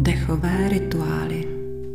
Dechové rituály.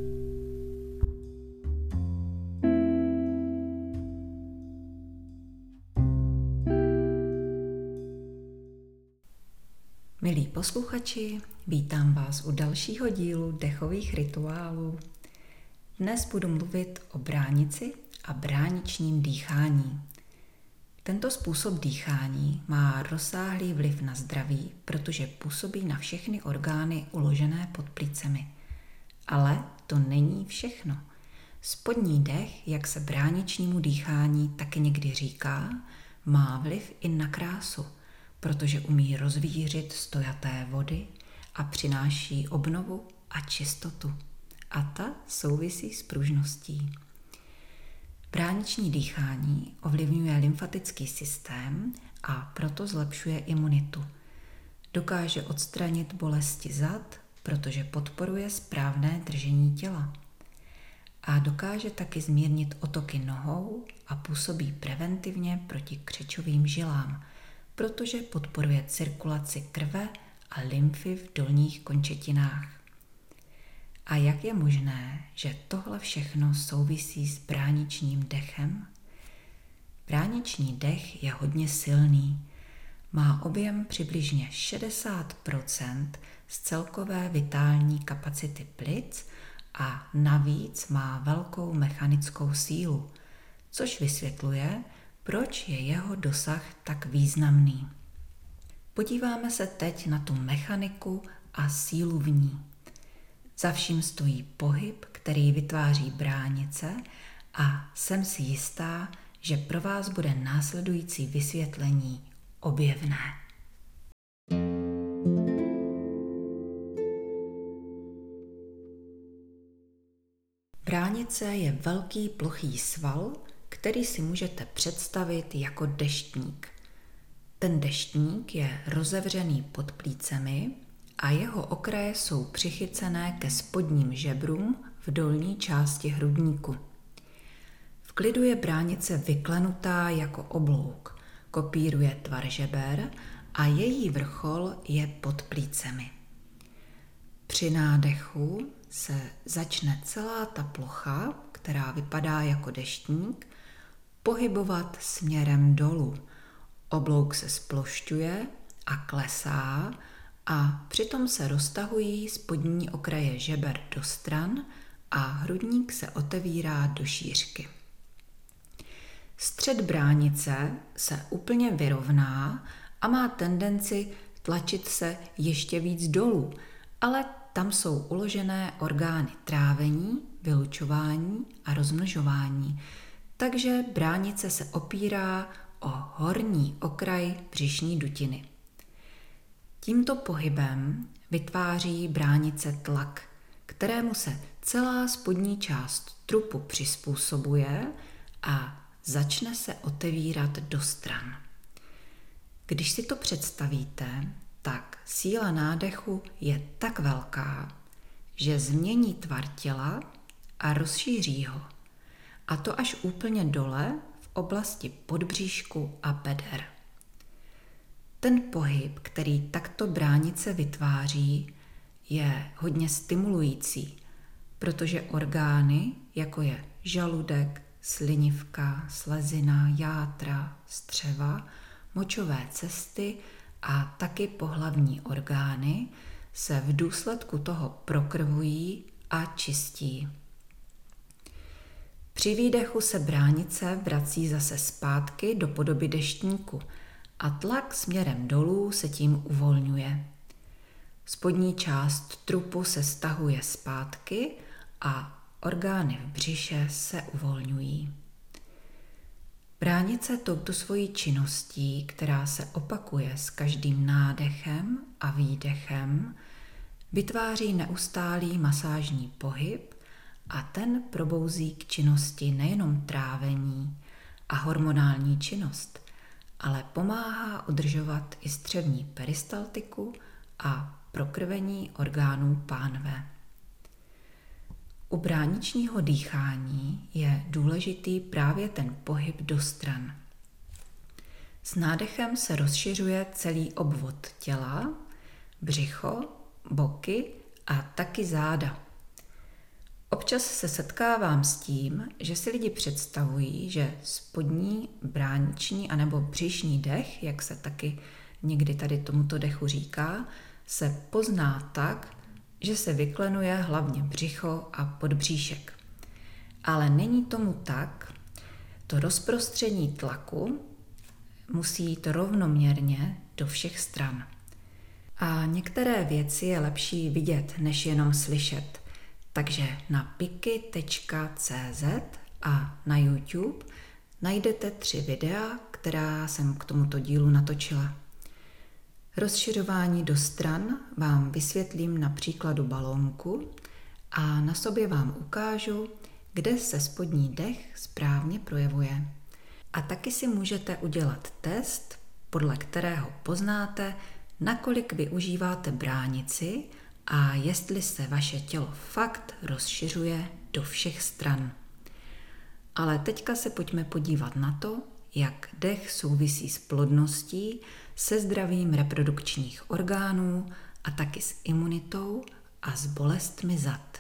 Milí posluchači, vítám vás u dalšího dílu dechových rituálů. Dnes budu mluvit o bránici a bráničním dýchání. Tento způsob dýchání má rozsáhlý vliv na zdraví, protože působí na všechny orgány uložené pod plícemi. Ale to není všechno. Spodní dech, jak se bráničnímu dýchání taky někdy říká, má vliv i na krásu, protože umí rozvířit stojaté vody a přináší obnovu a čistotu. A ta souvisí s pružností. Brániční dýchání ovlivňuje lymfatický systém a proto zlepšuje imunitu. Dokáže odstranit bolesti zad, protože podporuje správné držení těla. A dokáže taky zmírnit otoky nohou a působí preventivně proti křečovým žilám, protože podporuje cirkulaci krve a lymfy v dolních končetinách. A jak je možné, že tohle všechno souvisí s bráničním dechem? Brániční dech je hodně silný. Má objem přibližně 60% z celkové vitální kapacity plic a navíc má velkou mechanickou sílu, což vysvětluje, proč je jeho dosah tak významný. Podíváme se teď na tu mechaniku a sílu v ní. Za vším stojí pohyb, který vytváří bránice a jsem si jistá, že pro vás bude následující vysvětlení objevné. Bránice je velký plochý sval, který si můžete představit jako deštník. Ten deštník je rozevřený pod plícemi a jeho okraje jsou přichycené ke spodním žebrům v dolní části hrudníku. V klidu je bránice vyklenutá jako oblouk, kopíruje tvar žeber a její vrchol je pod plícemi. Při nádechu se začne celá ta plocha, která vypadá jako deštník, pohybovat směrem dolů. Oblouk se splošťuje a klesá a přitom se roztahují spodní okraje žeber do stran a hrudník se otevírá do šířky. Střed bránice se úplně vyrovná a má tendenci tlačit se ještě víc dolů, ale tam jsou uložené orgány trávení, vylučování a rozmnožování, takže bránice se opírá o horní okraj břišní dutiny. Tímto pohybem vytváří bránice tlak, kterému se celá spodní část trupu přizpůsobuje a začne se otevírat do stran. Když si to představíte, tak síla nádechu je tak velká, že změní tvar těla a rozšíří ho. A to až úplně dole v oblasti podbříšku a beder. Ten pohyb, který takto bránice vytváří, je hodně stimulující, protože orgány, jako je žaludek, slinivka, slezina, játra, střeva, močové cesty a taky pohlavní orgány, se v důsledku toho prokrvují a čistí. Při výdechu se bránice vrací zase zpátky do podoby deštníku a tlak směrem dolů se tím uvolňuje. Spodní část trupu se stahuje zpátky a orgány v břiše se uvolňují. Bránice touto svojí činností, která se opakuje s každým nádechem a výdechem, vytváří neustálý masážní pohyb a ten probouzí k činnosti nejenom trávení a hormonální činnost, ale pomáhá udržovat i střevní peristaltiku a prokrvení orgánů pánve. U bráničního dýchání je důležitý právě ten pohyb do stran. S nádechem se rozšiřuje celý obvod těla, břicho, boky a taky záda. Občas se setkávám s tím, že si lidi představují, že spodní, brániční anebo břišní dech, jak se taky někdy tady tomuto dechu říká, se pozná tak, že se vyklenuje hlavně břicho a podbříšek. Ale není tomu tak. To rozprostření tlaku musí jít rovnoměrně do všech stran. A některé věci je lepší vidět, než jenom slyšet. Takže na piky.cz a na YouTube najdete 3 videa, která jsem k tomuto dílu natočila. Rozšiřování do stran vám vysvětlím na příkladu balónku a na sobě vám ukážu, kde se spodní dech správně projevuje. A taky si můžete udělat test, podle kterého poznáte, nakolik využíváte bránici a jestli se vaše tělo fakt rozšiřuje do všech stran. Ale teďka se pojďme podívat na to, jak dech souvisí s plodností, se zdravím reprodukčních orgánů a taky s imunitou a s bolestmi zad.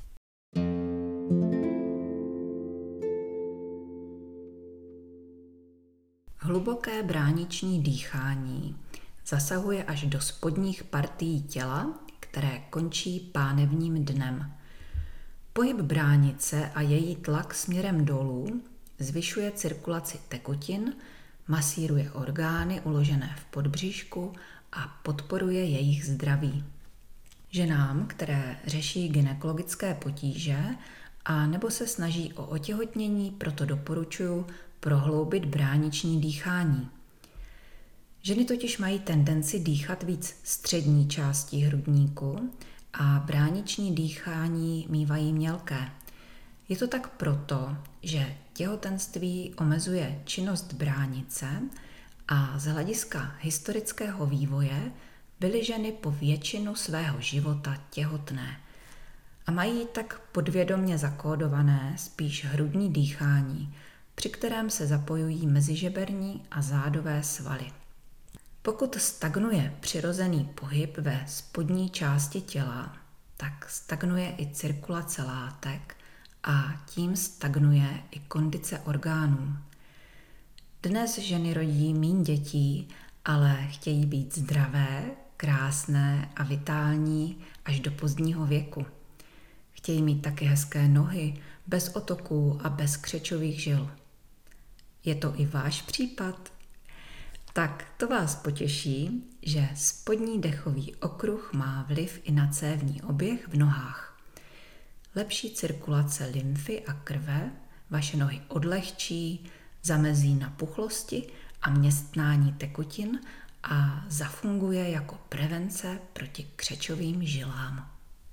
Hluboké brániční dýchání zasahuje až do spodních partií těla, které končí pánevním dnem. Pohyb bránice a její tlak směrem dolů zvyšuje cirkulaci tekutin, masíruje orgány uložené v podbříšku a podporuje jejich zdraví. Ženám, které řeší gynekologické potíže a nebo se snaží o otěhotnění, proto doporučuji prohloubit brániční dýchání. Ženy totiž mají tendenci dýchat víc střední částí hrudníku a brániční dýchání mívají mělké. Je to tak proto, že těhotenství omezuje činnost bránice a z hlediska historického vývoje byly ženy po většinu svého života těhotné a mají tak podvědomě zakódované spíš hrudní dýchání, při kterém se zapojují mezižeberní a zádové svaly. Pokud stagnuje přirozený pohyb ve spodní části těla, tak stagnuje i cirkulace látek a tím stagnuje i kondice orgánů. Dnes ženy rodí míň dětí, ale chtějí být zdravé, krásné a vitální až do pozdního věku. Chtějí mít taky hezké nohy, bez otoků a bez křečových žil. Je to i váš případ? Tak to vás potěší, že spodní dechový okruh má vliv i na cévní oběh v nohách. Lepší cirkulace lymfy a krve vaše nohy odlehčí, zamezí napuchlosti a městnání tekutin a zafunguje jako prevence proti křečovým žilám.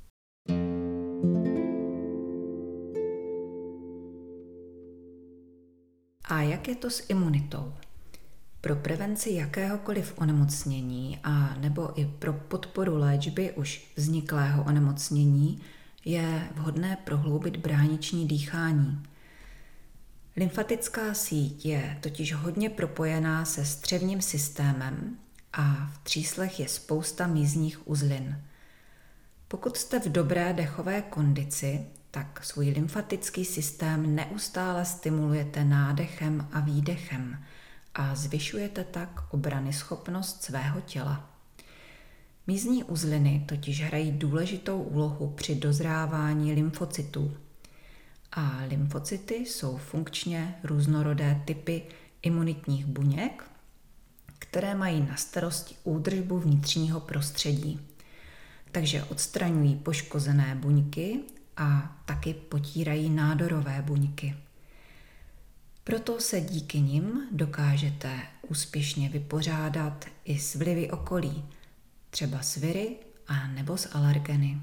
A jak je to s imunitou? Pro prevenci jakéhokoliv onemocnění a nebo i pro podporu léčby už vzniklého onemocnění je vhodné prohloubit brániční dýchání. Lymfatická síť je totiž hodně propojená se střevním systémem a v tříslech je spousta mízních uzlin. Pokud jste v dobré dechové kondici, tak svůj lymfatický systém neustále stimulujete nádechem a výdechem a zvyšujete tak obranyschopnost svého těla. Mízní uzliny totiž hrají důležitou úlohu při dozrávání lymfocytů. A lymfocyty jsou funkčně různorodé typy imunitních buněk, které mají na starosti údržbu vnitřního prostředí. Takže odstraňují poškozené buňky a taky potírají nádorové buňky. Proto se díky nim dokážete úspěšně vypořádat i s vlivy okolí, třeba s viry a nebo s alergeny.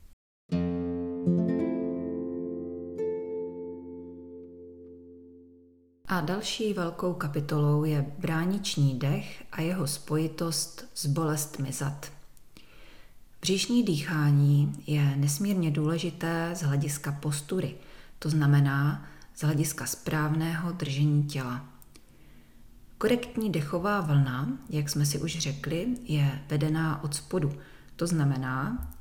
A další velkou kapitolou je brániční dech a jeho spojitost s bolestmi zad. Břišní dýchání je nesmírně důležité z hlediska postury, to znamená z hlediska správného držení těla. Korektní dechová vlna, jak jsme si už řekli, je vedená od spodu. To znamená,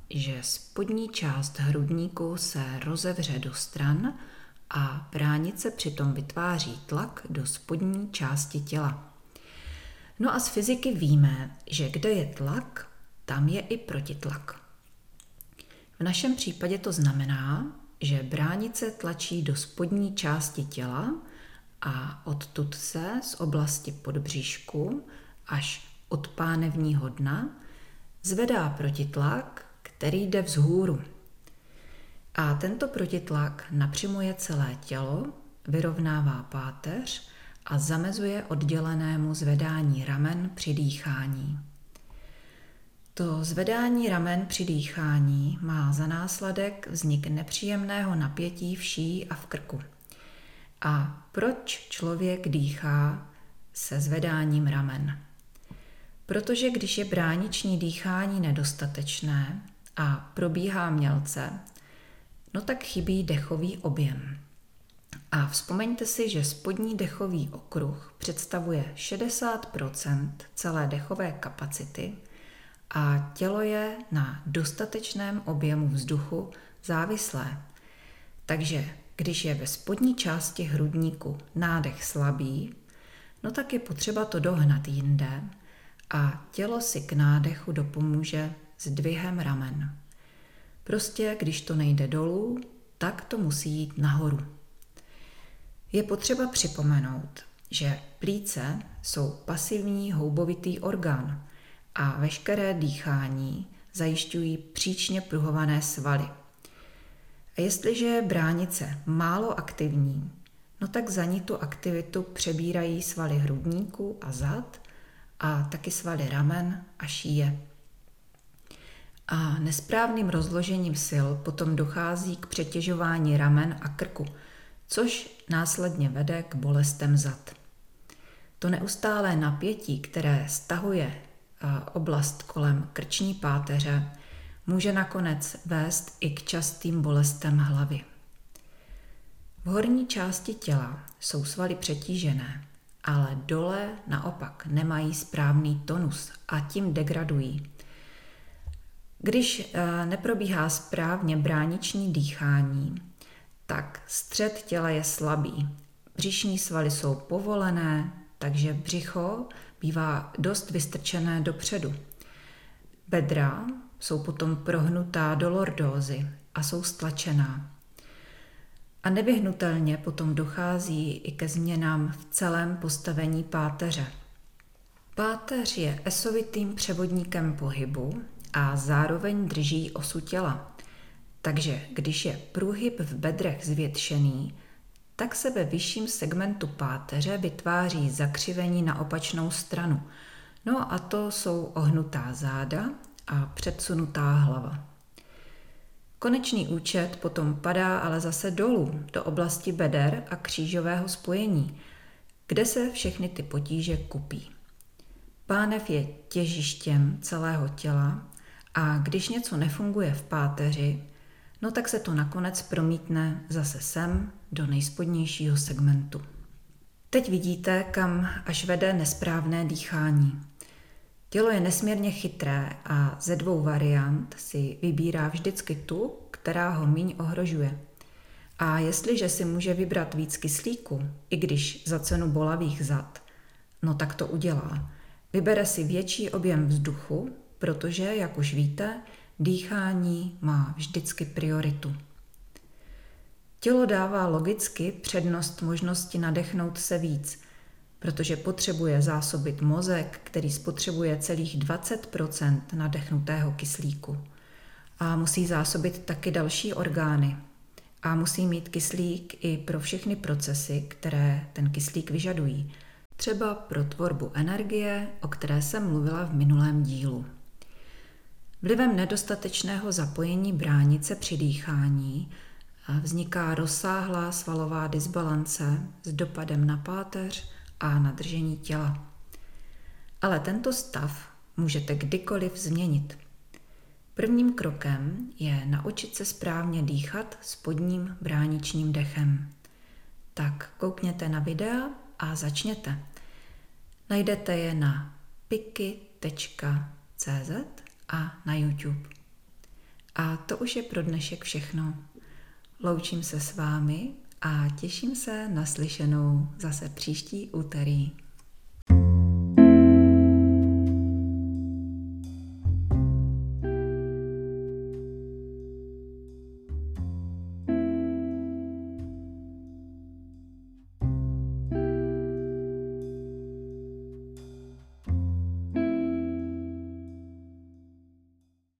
že spodní část hrudníku se rozevře do stran a bránice přitom vytváří tlak do spodní části těla. No a z fyziky víme, že kde je tlak, tam je i protitlak. V našem případě to znamená, že bránice tlačí do spodní části těla a odtud se z oblasti podbříšku až od pánevního dna zvedá protitlak, který jde vzhůru. A tento protitlak napřimuje celé tělo, vyrovnává páteř a zamezuje oddělenému zvedání ramen při dýchání. To zvedání ramen při dýchání má za následek vznik nepříjemného napětí v šíji a v krku. A proč člověk dýchá se zvedáním ramen? Protože když je brániční dýchání nedostatečné a probíhá mělce, no tak chybí dechový objem. A vzpomeňte si, že spodní dechový okruh představuje 60% celé dechové kapacity a tělo je na dostatečném objemu vzduchu závislé. Takže když je ve spodní části hrudníku nádech slabý, no tak je potřeba to dohnat jinde a tělo si k nádechu dopomůže zdvihem ramen. Prostě když to nejde dolů, tak to musí jít nahoru. Je potřeba připomenout, že plíce jsou pasivní houbovitý orgán a veškeré dýchání zajišťují příčně pruhované svaly. A jestliže je bránice málo aktivní, no tak za ní tu aktivitu přebírají svaly hrudníku a zad a taky svaly ramen a šíje. A nesprávným rozložením sil potom dochází k přetěžování ramen a krku, což následně vede k bolestem zad. To neustálé napětí, které stahuje oblast kolem krční páteře, může nakonec vést i k častým bolestem hlavy. V horní části těla jsou svaly přetížené, ale dole naopak nemají správný tonus a tím degradují. Když neprobíhá správně brániční dýchání, tak střed těla je slabý. Břišní svaly jsou povolené, takže břicho bývá dost vystrčené dopředu. Bedra jsou potom prohnutá do lordózy a jsou stlačená. A nevyhnutelně potom dochází i ke změnám v celém postavení páteře. Páteř je esovitým převodníkem pohybu a zároveň drží osu těla. Takže když je průhyb v bedrech zvětšený, tak se ve vyšším segmentu páteře vytváří zakřivení na opačnou stranu. No a to jsou ohnutá záda a předsunutá hlava. Konečný účet potom padá ale zase dolů, do oblasti beder a křížového spojení, kde se všechny ty potíže kupí. Pánev je těžištěm celého těla a když něco nefunguje v páteři, no tak se to nakonec promítne zase sem do nejspodnějšího segmentu. Teď vidíte, kam až vede nesprávné dýchání. Tělo je nesmírně chytré a ze dvou variant si vybírá vždycky tu, která ho míň ohrožuje. A jestliže si může vybrat víc kyslíku, i když za cenu bolavých zad, no tak to udělá. Vybere si větší objem vzduchu, protože, jak už víte, dýchání má vždycky prioritu. Tělo dává logicky přednost možnosti nadechnout se víc, protože potřebuje zásobit mozek, který spotřebuje celých 20% nadechnutého kyslíku. A musí zásobit taky další orgány. A musí mít kyslík i pro všechny procesy, které ten kyslík vyžadují. Třeba pro tvorbu energie, o které jsem mluvila v minulém dílu. Vlivem nedostatečného zapojení bránice při dýchání vzniká rozsáhlá svalová dysbalance s dopadem na páteř a na držení těla. Ale tento stav můžete kdykoliv změnit. Prvním krokem je naučit se správně dýchat spodním bráničním dechem. Tak koukněte na videa a začněte. Najdete je na piky.cz a na YouTube. A to už je pro dnešek všechno. Loučím se s vámi a těším se na slyšenou zase příští úterý.